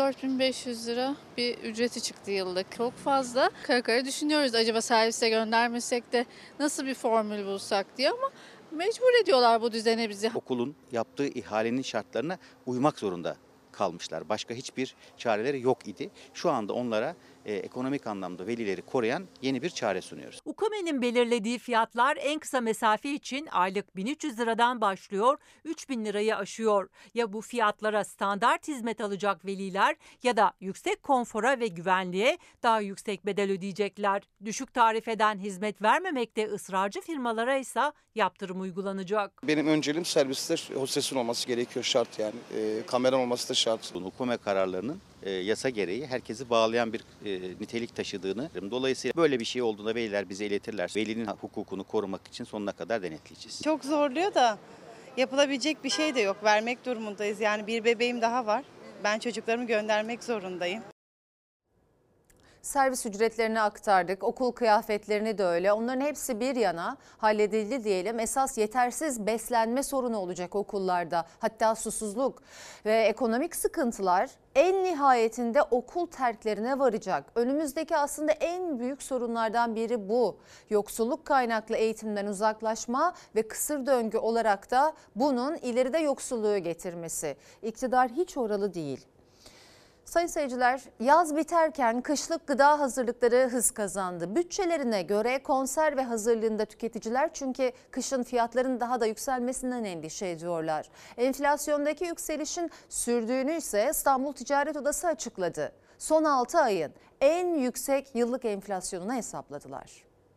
34.500 lira bir ücreti çıktı yıllık. Çok fazla. Kara kara düşünüyoruz acaba servise göndermesek de nasıl bir formül bulsak diye ama mecbur ediyorlar bu düzene bizi. Okulun yaptığı ihalenin şartlarına uymak zorunda kalmışlar. Başka hiçbir çareleri yok idi. Şu anda onlara ekonomik anlamda velileri koruyan yeni bir çare sunuyoruz. UKOME'nin belirlediği fiyatlar en kısa mesafe için aylık 1300 liradan başlıyor, 3000 lirayı aşıyor. Ya bu fiyatlara standart hizmet alacak veliler ya da yüksek konfora ve güvenliğe daha yüksek bedel ödeyecekler. Düşük tarifeden hizmet vermemekte ısrarcı firmalara ise yaptırım uygulanacak. Benim önceliğim servisler, hostesin olması gerekiyor, şart yani. Kameran olması da şart. UKOME kararlarının yasa gereği herkesi bağlayan bir nitelik taşıdığını, dolayısıyla böyle bir şey olduğunda veliler bize iletirler. Velinin hukukunu korumak için sonuna kadar denetleyeceğiz. Çok zorluyor da yapılabilecek bir şey de yok. Vermek durumundayız. Yani bir bebeğim daha var. Ben çocuklarımı göndermek zorundayım. Servis ücretlerini aktardık, okul kıyafetlerini de öyle. Onların hepsi bir yana halledildi diyelim. Esas yetersiz beslenme sorunu olacak okullarda. Hatta susuzluk ve ekonomik sıkıntılar en nihayetinde okul terklerine varacak. Önümüzdeki aslında en büyük sorunlardan biri bu. Yoksulluk kaynaklı eğitimden uzaklaşma ve kısır döngü olarak da bunun ileride yoksulluğu getirmesi. İktidar hiç oralı değil. Sayın seyirciler, yaz biterken kışlık gıda hazırlıkları hız kazandı. Bütçelerine göre konserve hazırlığında tüketiciler çünkü kışın fiyatların daha da yükselmesinden endişe ediyorlar. Enflasyondaki yükselişin sürdüğünü ise İstanbul Ticaret Odası açıkladı. Son 6 ayın en yüksek yıllık enflasyonunu hesapladılar.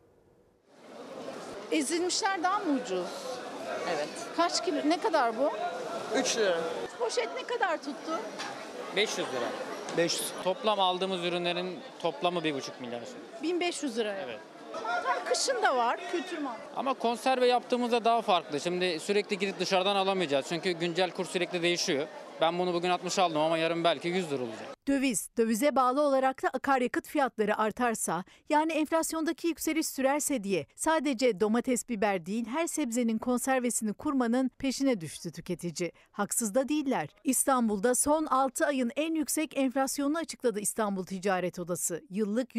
Ezilmişler daha mı ucuz? Evet. Kaç kilo? Ne kadar bu? 3 lira. Poşet ne kadar tuttu? 500 lira. 500. Toplam aldığımız ürünlerin toplamı 1,5 milyar. 1500 lira. Evet. Mantar kışın da var, kültür mantar. Ama konserve yaptığımızda daha farklı. Şimdi sürekli gidip dışarıdan alamayacağız. Çünkü güncel kur sürekli değişiyor. Ben bunu bugün 60 aldım ama yarın belki 100 lira olacak. Dövize bağlı olarak da akaryakıt fiyatları artarsa, yani enflasyondaki yükseliş sürerse diye sadece domates, biber değil her sebzenin konservesini kurmanın peşine düştü tüketici. Haksız da değiller. İstanbul'da son 6 ayın en yüksek enflasyonunu açıkladı İstanbul Ticaret Odası. Yıllık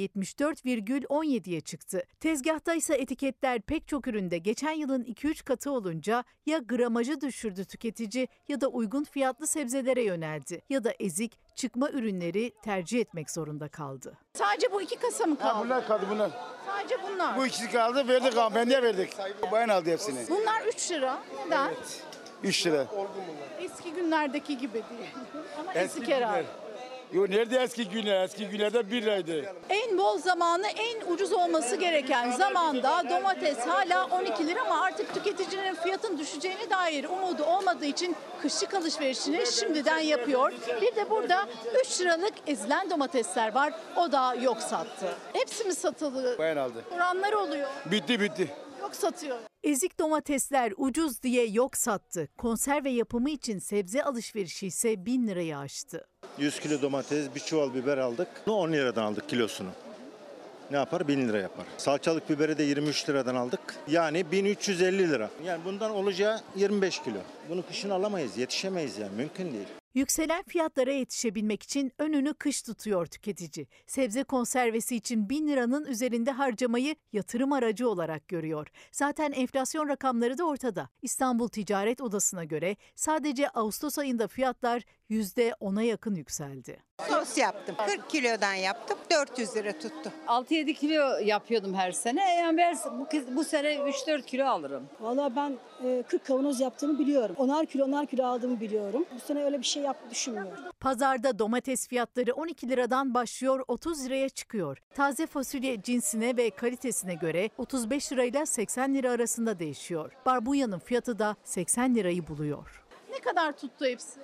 %74,17'ye çıktı. Tezgahta ise etiketler pek çok üründe geçen yılın 2-3 katı olunca ya gramajı düşürdü tüketici ya da uygun fiyatlı sebzelere yöneldi ya da ezik çıkma ürünleri tercih etmek zorunda kaldı. Sadece bu 2 kasa mı kaldı? Bunlar kaldı bunlar. Sadece bunlar. Bu ikisi kaldı, verdik hanımefendiye verdik. Bayan aldı hepsini. Bunlar 3 lira. Neden? Evet. 3 lira. Eski günlerdeki gibi değil. Ama Eski eski herhalde. günler. Yo, nerede eski günler? Eski günlerde 1 liraydı. En bol zamanı, en ucuz olması gereken zamanda domates hala 12 lira ama artık tüketicinin fiyatın düşeceğine dair umudu olmadığı için kışlık alışverişini şimdiden yapıyor. Bir de burada 3 liralık ezilen domatesler var. O da yok sattı. Hepsi mi satıldı? Bayan aldı. Oranlar oluyor. Bitti. Yok satıyor. Ezik domatesler ucuz diye yok sattı. Konserve yapımı için sebze alışverişi ise 1000 lirayı aştı. 100 kilo domates, bir çuval biber aldık. 10 liradan aldık kilosunu. Ne yapar? 1000 lira yapar. Salçalık biberi de 23 liradan aldık. Yani 1350 lira. Yani bundan olacağı 25 kilo. Bunu kışın alamayız, yetişemeyiz yani. Mümkün değil. Yükselen fiyatlara yetişebilmek için önünü kış tutuyor tüketici. Sebze konservesi için 1000 liranın üzerinde harcamayı yatırım aracı olarak görüyor. Zaten enflasyon rakamları da ortada. İstanbul Ticaret Odası'na göre sadece Ağustos ayında fiyatlar %10'a yakın yükseldi. Sos yaptım. 40 kilodan yaptım. 400 lira tuttu. 6-7 kilo yapıyordum her sene. Yani ben bu sene 3-4 kilo alırım. Valla ben 40 kavanoz yaptığımı biliyorum. 10'ar kilo aldığımı biliyorum. Bu sene öyle bir şey düşünmüyorum. Pazarda domates fiyatları 12 liradan başlıyor 30 liraya çıkıyor. Taze fasulye cinsine ve kalitesine göre 35 lirayla 80 lira arasında değişiyor. Barbunyanın fiyatı da 80 lirayı buluyor. Ne kadar tuttu hepsi?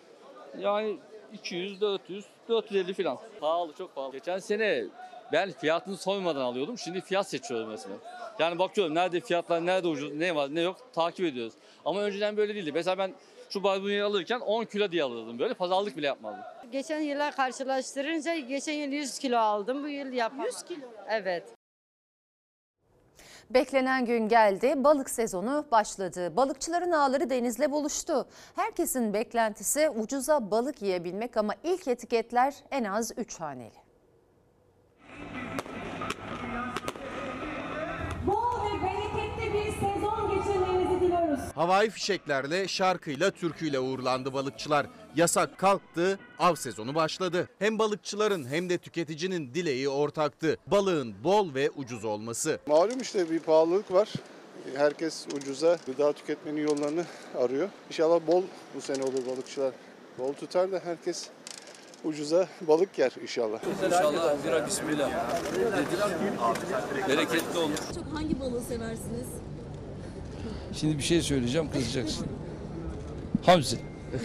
Yani 200, 400, 450 falan. Pahalı, çok pahalı. Geçen sene ben fiyatını sormadan alıyordum. Şimdi fiyat seçiyorum mesela. Yani bakıyorum nerede fiyatlar, nerede ucuz, ne var, ne yok takip ediyoruz. Ama önceden böyle değildi. Mesela ben şu barbunyayı alırken 10 kilo diye alırdım. Böyle pazarlık bile yapmadım. Geçen yıla karşılaştırınca geçen yıl 100 kilo aldım. Bu yıl yapamadım. 100 kilo? Evet. Beklenen gün geldi, balık sezonu başladı. Balıkçıların ağları denizle buluştu. Herkesin beklentisi ucuza balık yiyebilmek ama ilk etiketler en az 3 haneli. Bol ve bereketli bir sezon geçirmenizi diliyoruz. Havai fişeklerle, şarkıyla, türküyle uğurlandı balıkçılar. Yasak kalktı, av sezonu başladı. Hem balıkçıların hem de tüketicinin dileği ortaktı. Balığın bol ve ucuz olması. Malum işte bir pahalılık var. Herkes ucuza gıda tüketmenin yollarını arıyor. İnşallah bol bu sene olur balıkçılar. Bol tutar da herkes ucuza balık yer inşallah. İnşallah bira bismillah. Bereketli olur. Çok hangi balığı seversiniz? Şimdi bir şey söyleyeceğim, kızacaksın. Hamsi.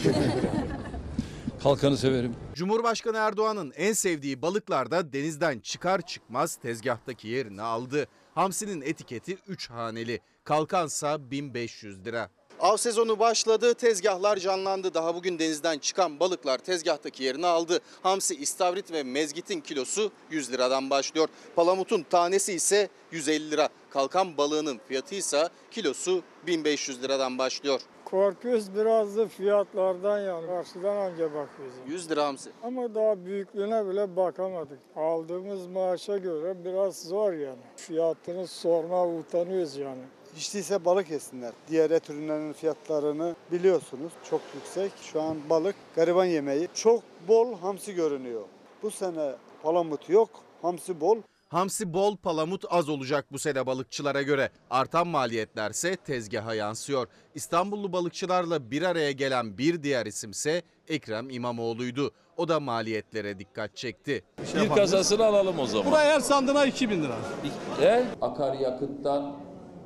Kalkanı severim. Cumhurbaşkanı Erdoğan'ın en sevdiği balıklar da denizden çıkar çıkmaz tezgahtaki yerini aldı. Hamsinin etiketi 3 haneli, kalkansa 1500 lira. Av sezonu başladı, tezgahlar canlandı. Daha bugün denizden çıkan balıklar tezgahtaki yerini aldı. Hamsi, istavrit ve mezgitin kilosu 100 liradan başlıyor. Palamutun tanesi ise 150 lira. Kalkan balığının fiyatı ise kilosu 1500 liradan başlıyor. Korkuyoruz biraz da fiyatlardan yani. Karşıdan anca bakıyoruz. 100 lira hamsi. Ama daha büyüklüğüne bile bakamadık. Aldığımız maaşa göre biraz zor yani. Fiyatını sorma utanıyoruz yani. Hiç değilse balık yesinler. Diğer et ürünlerinin fiyatlarını biliyorsunuz. Çok yüksek. Şu an balık gariban yemeği. Çok bol hamsi görünüyor. Bu sene palamut yok, hamsi bol. Hamsi bol, palamut az olacak bu sene balıkçılara göre. Artan maliyetlerse tezgaha yansıyor. İstanbullu balıkçılarla bir araya gelen bir diğer isimse Ekrem İmamoğlu'ydu. O da maliyetlere dikkat çekti. Bir kasasını alalım o zaman. Buraya her sandığına 2000 lira. Akaryakıttan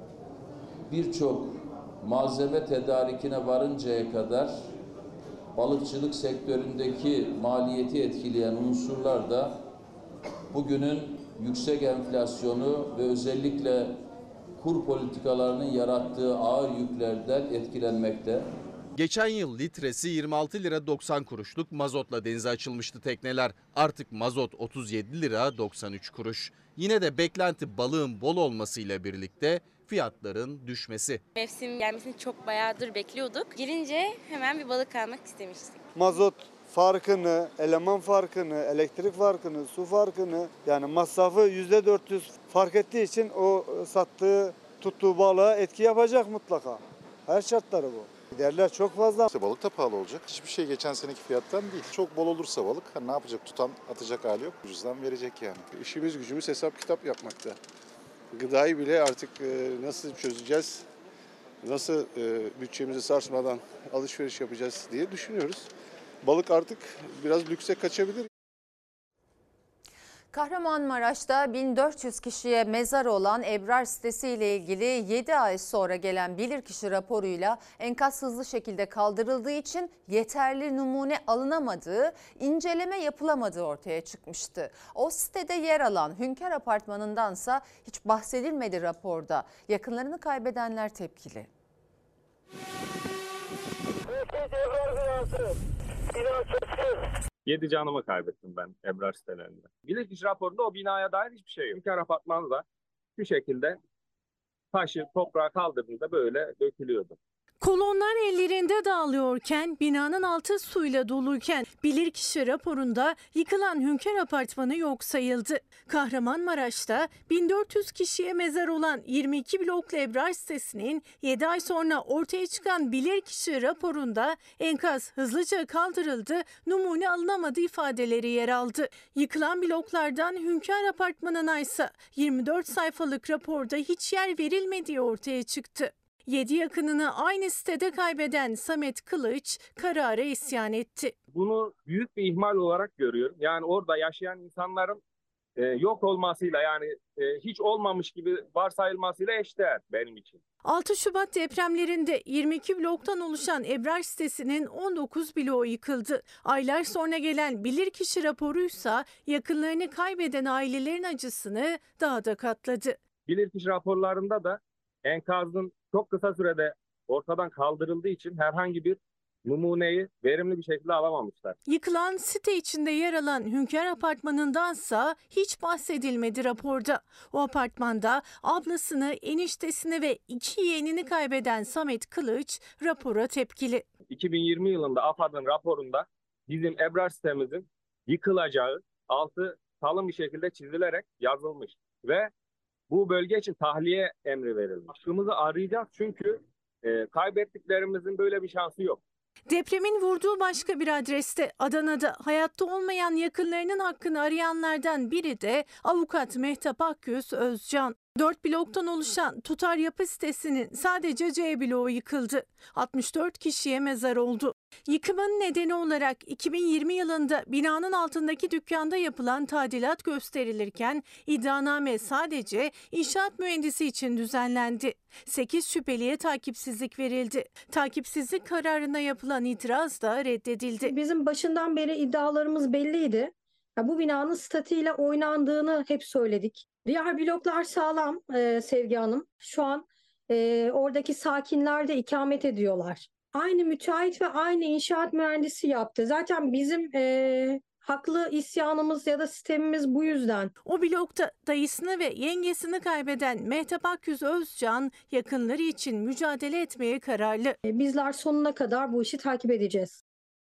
birçok malzeme tedarikine varıncaya kadar balıkçılık sektöründeki maliyeti etkileyen unsurlar da bugünün yüksek enflasyonu ve özellikle kur politikalarının yarattığı ağır yüklerden etkilenmekte. Geçen yıl litresi 26 lira 90 kuruşluk mazotla denize açılmıştı tekneler. Artık mazot 37 lira 93 kuruş. Yine de beklenti balığın bol olmasıyla birlikte fiyatların düşmesi. Mevsim gelmesini çok bayağıdır bekliyorduk. Girince hemen bir balık almak istemiştik. Mazot farkını, eleman farkını, elektrik farkını, su farkını yani masrafı %400 fark ettiği için o tuttuğu balığa etki yapacak mutlaka. Her şartları bu. Giderler çok fazla. İşte balık da pahalı olacak. Hiçbir şey geçen seneki fiyattan değil. Çok bol olursa balık ne yapacak? Tutan atacak hali yok. Ucuzdan verecek yani. İşimiz gücümüz hesap kitap yapmakta. Gıdayı bile artık nasıl çözeceğiz, nasıl bütçemizi sarsmadan alışveriş yapacağız diye düşünüyoruz. Balık artık biraz lükse kaçabilir. Kahramanmaraş'ta 1400 kişiye mezar olan Ebrar sitesiyle ilgili 7 ay sonra gelen bilirkişi raporuyla enkaz hızlı şekilde kaldırıldığı için yeterli numune alınamadığı, inceleme yapılamadığı ortaya çıkmıştı. O sitede yer alan Hünkar Apartmanı'ndansa hiç bahsedilmedi raporda. Yakınlarını kaybedenler tepkili. 7 canımı kaybettim ben Ebrar sitelerinde. Bilirkişi raporunda o binaya dair hiçbir şey yok. Hünkar Apartmanı da bir şekilde taşı, toprağı kaldırdığında böyle dökülüyordu. Kolonlar ellerinde dağılıyorken, binanın altı suyla doluyken bilirkişi raporunda yıkılan Hünkar Apartmanı yok sayıldı. Kahramanmaraş'ta 1400 kişiye mezar olan 22 bloklu Ebrar sitesinin 7 ay sonra ortaya çıkan bilirkişi raporunda enkaz hızlıca kaldırıldı, numune alınamadı ifadeleri yer aldı. Yıkılan bloklardan Hünkar Apartmanı'na ise 24 sayfalık raporda hiç yer verilmediği ortaya çıktı. 7 yakınını aynı sitede kaybeden Samet Kılıç karara isyan etti. Bunu büyük bir ihmal olarak görüyorum. Yani orada yaşayan insanların yok olmasıyla yani hiç olmamış gibi varsayılmasıyla eşdeğer benim için. 6 Şubat depremlerinde 22 bloktan oluşan Ebrar sitesinin 19 bloğu yıkıldı. Aylar sonra gelen bilirkişi raporuysa yakınlarını kaybeden ailelerin acısını daha da katladı. Bilirkişi raporlarında da enkazın çok kısa sürede ortadan kaldırıldığı için herhangi bir numuneyi verimli bir şekilde alamamışlar. Yıkılan site içinde yer alan Hünkar Apartmanı'ndansa hiç bahsedilmedi raporda. O apartmanda ablasını, eniştesini ve 2 yeğenini kaybeden Samet Kılıç rapora tepkili. 2020 yılında AFAD'ın raporunda bizim Ebrar sitemizin yıkılacağı altı kalın bir şekilde çizilerek yazılmış ve bu bölge için tahliye emri verilmiş. Hakkımızı arayacağız çünkü Kaybettiklerimizin böyle bir şansı yok. Depremin vurduğu başka bir adreste Adana'da hayatta olmayan yakınlarının hakkını arayanlardan biri de avukat Mehtap Akyüz Özcan. 4 bloktan oluşan Tutar yapı sitesinin sadece C bloğu yıkıldı. 64 kişiye mezar oldu. Yıkımın nedeni olarak 2020 yılında binanın altındaki dükkanda yapılan tadilat gösterilirken iddianame sadece inşaat mühendisi için düzenlendi. 8 şüpheliye takipsizlik verildi. Takipsizlik kararına yapılan itiraz da reddedildi. Bizim başından beri iddialarımız belliydi. Bu binanın statiğiyle oynandığını hep söyledik. Diğer bloklar sağlam Sevgi Hanım. Şu an oradaki sakinler de ikamet ediyorlar. Aynı müteahhit ve aynı inşaat mühendisi yaptı. Zaten bizim haklı isyanımız ya da sistemimiz bu yüzden. O blokta dayısını ve yengesini kaybeden Mehtap Akyüz Özcan yakınları için mücadele etmeye kararlı. Bizler sonuna kadar bu işi takip edeceğiz.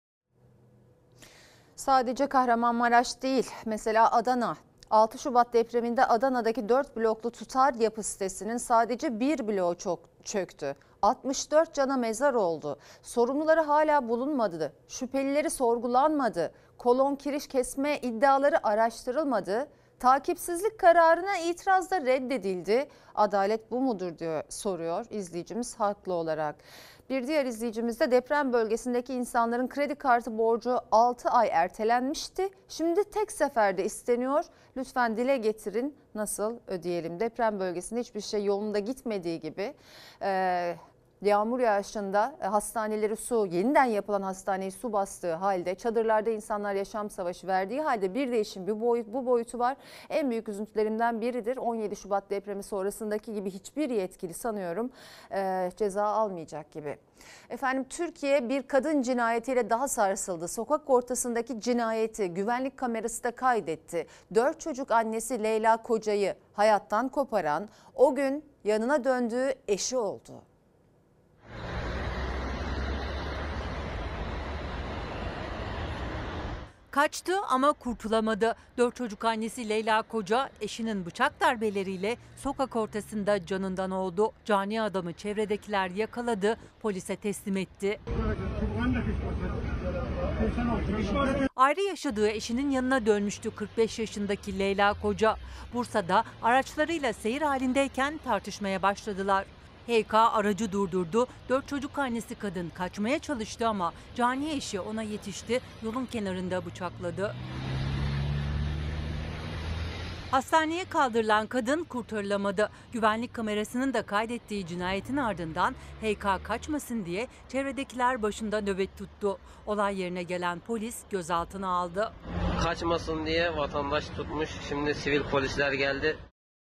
Sadece Kahramanmaraş değil, mesela Adana. 6 Şubat depreminde Adana'daki 4 bloklu Tutar yapı sitesinin sadece bir bloğu çöktü. 64 cana mezar oldu. Sorumluları hala bulunmadı. Şüphelileri sorgulanmadı. Kolon kiriş kesme iddiaları araştırılmadı. Takipsizlik kararına itiraz da reddedildi. Adalet bu mudur diyor, soruyor izleyicimiz haklı olarak. Bir diğer izleyicimiz de deprem bölgesindeki insanların kredi kartı borcu 6 ay ertelenmişti. Şimdi tek seferde isteniyor. Lütfen dile getirin, nasıl ödeyelim? Deprem bölgesinde hiçbir şey yolunda gitmediği gibi yağmur yağışında hastaneleri yeniden yapılan hastaneyi su bastığı halde, çadırlarda insanlar yaşam savaşı verdiği halde bir de işin bu boyutu var. En büyük üzüntülerimden biridir. 17 Şubat depremi sonrasındaki gibi hiçbir yetkili sanıyorum ceza almayacak gibi. Efendim, Türkiye bir kadın cinayetiyle daha sarsıldı. Sokak ortasındaki cinayeti güvenlik kamerası da kaydetti. 4 çocuk annesi Leyla Koca'yı hayattan koparan, o gün yanına döndüğü eşi oldu. Kaçtı ama kurtulamadı. 4 çocuk annesi Leyla Koca eşinin bıçak darbeleriyle sokak ortasında canından oldu. Cani adamı çevredekiler yakaladı, polise teslim etti. Ayrı yaşadığı eşinin yanına dönmüştü 45 yaşındaki Leyla Koca. Bursa'da araçlarıyla seyir halindeyken tartışmaya başladılar. HK aracı durdurdu. 4 çocuk annesi kadın kaçmaya çalıştı ama cani eşi ona yetişti. Yolun kenarında bıçakladı. Hastaneye kaldırılan kadın kurtarılamadı. Güvenlik kamerasının da kaydettiği cinayetin ardından HK kaçmasın diye çevredekiler başında nöbet tuttu. Olay yerine gelen polis gözaltına aldı. Kaçmasın diye vatandaş tutmuş. Şimdi sivil polisler geldi.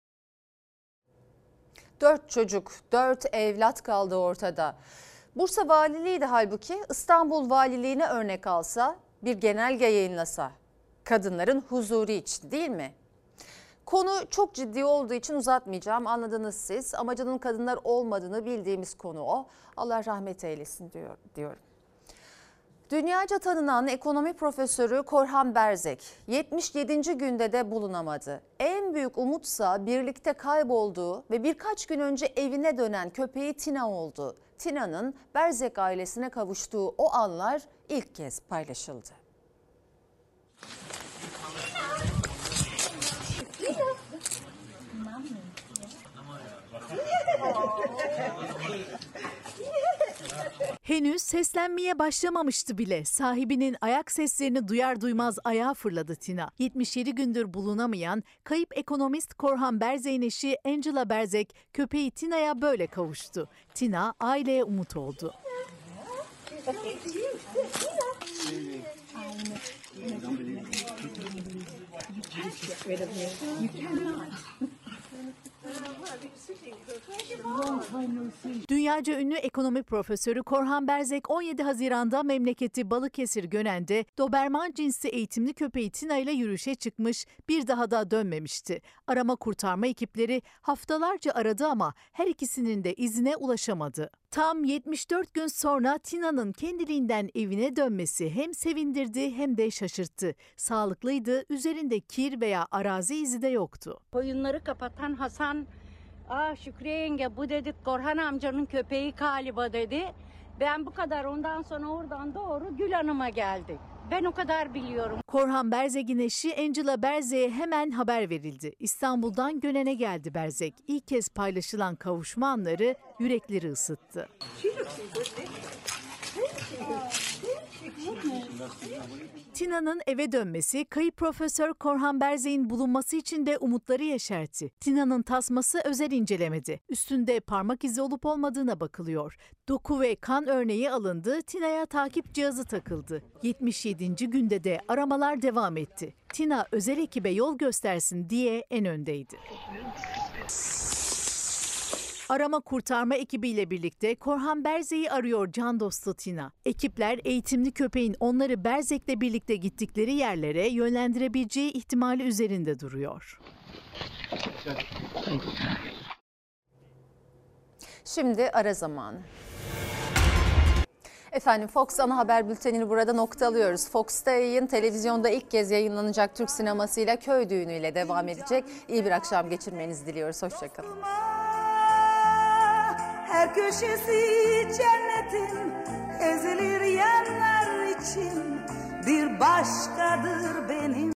4 çocuk, 4 evlat kaldı ortada. Bursa Valiliği de halbuki İstanbul Valiliğine örnek alsa, bir genelge yayınlasa. Kadınların huzuru için, değil mi? Konu çok ciddi olduğu için uzatmayacağım, anladınız siz. Amacının kadınlar olmadığını bildiğimiz konu o. Allah rahmet eylesin diyorum. Dünyaca tanınan ekonomi profesörü Korhan Berzek 77. günde de bulunamadı. En büyük umutsa birlikte kaybolduğu ve birkaç gün önce evine dönen köpeği Tina oldu. Tina'nın Berzek ailesine kavuştuğu o anlar ilk kez paylaşıldı. Henüz seslenmeye başlamamıştı bile. Sahibinin ayak seslerini duyar duymaz ayağa fırladı Tina. 77 gündür bulunamayan kayıp ekonomist Korhan Berzek'in eşi Angela Berzek köpeği Tina'ya böyle kavuştu. Tina aileye umut oldu. Dünyaca ünlü ekonomi profesörü Korhan Berzek 17 Haziran'da memleketi Balıkesir Gönen'de Doberman cinsi eğitimli köpeği Tina ile yürüyüşe çıkmış, bir daha da dönmemişti. Arama kurtarma ekipleri haftalarca aradı ama her ikisinin de izine ulaşamadı. Tam 74 gün sonra Tina'nın kendiliğinden evine dönmesi hem sevindirdi hem de şaşırttı. Sağlıklıydı, üzerinde kir veya arazi izi de yoktu. Koyunları kapatan Hasan Şükriye yenge bu dedik Korhan amcanın köpeği galiba dedi. Ben bu kadar ondan sonra oradan doğru Gül Hanım'a geldik. Ben o kadar biliyorum. Korhan Berzeg'in eşi Angela Berzeg'e hemen haber verildi. İstanbul'dan Gönen'e geldi Berzeg. İlk kez paylaşılan kavuşma anları yürekleri ısıttı. Tina'nın eve dönmesi, kayıp Profesör Korhan Berzeg'in bulunması için de umutları yeşertti. Tina'nın tasması özel incelemedi. Üstünde parmak izi olup olmadığına bakılıyor. Doku ve kan örneği alındı, Tina'ya takip cihazı takıldı. 77. günde de aramalar devam etti. Tina özel ekibe yol göstersin diye en öndeydi. Arama kurtarma ekibiyle birlikte Korhan Berzeg'i arıyor can dostu Tina. Ekipler eğitimli köpeğin onları Berzeg'le birlikte gittikleri yerlere yönlendirebileceği ihtimali üzerinde duruyor. Şimdi ara zamanı. Efendim Fox ana haber bültenini burada noktalıyoruz. Fox'ta yayın televizyonda ilk kez yayınlanacak Türk sinemasıyla Köy Düğünü'yle devam edecek. İyi bir akşam geçirmenizi diliyoruz. Hoşçakalın. Her köşesi cennetin ezilir yerler için bir başkadır benim.